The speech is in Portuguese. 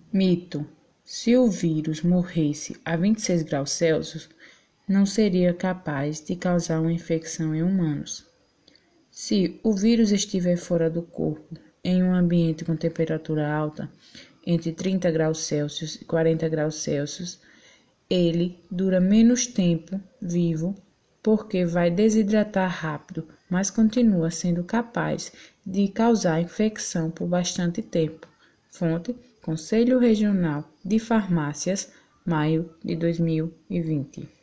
Mito: se o vírus morresse a 26 graus Celsius, não seria capaz de causar uma infecção em humanos. Se o vírus estiver fora do corpo, em um ambiente com temperatura alta, entre 30 graus Celsius e 40 graus Celsius, ele dura menos tempo vivo porque vai desidratar rápido, mas continua sendo capaz de causar infecção por bastante tempo. Fonte: Conselho Regional de Farmácias, maio de 2020.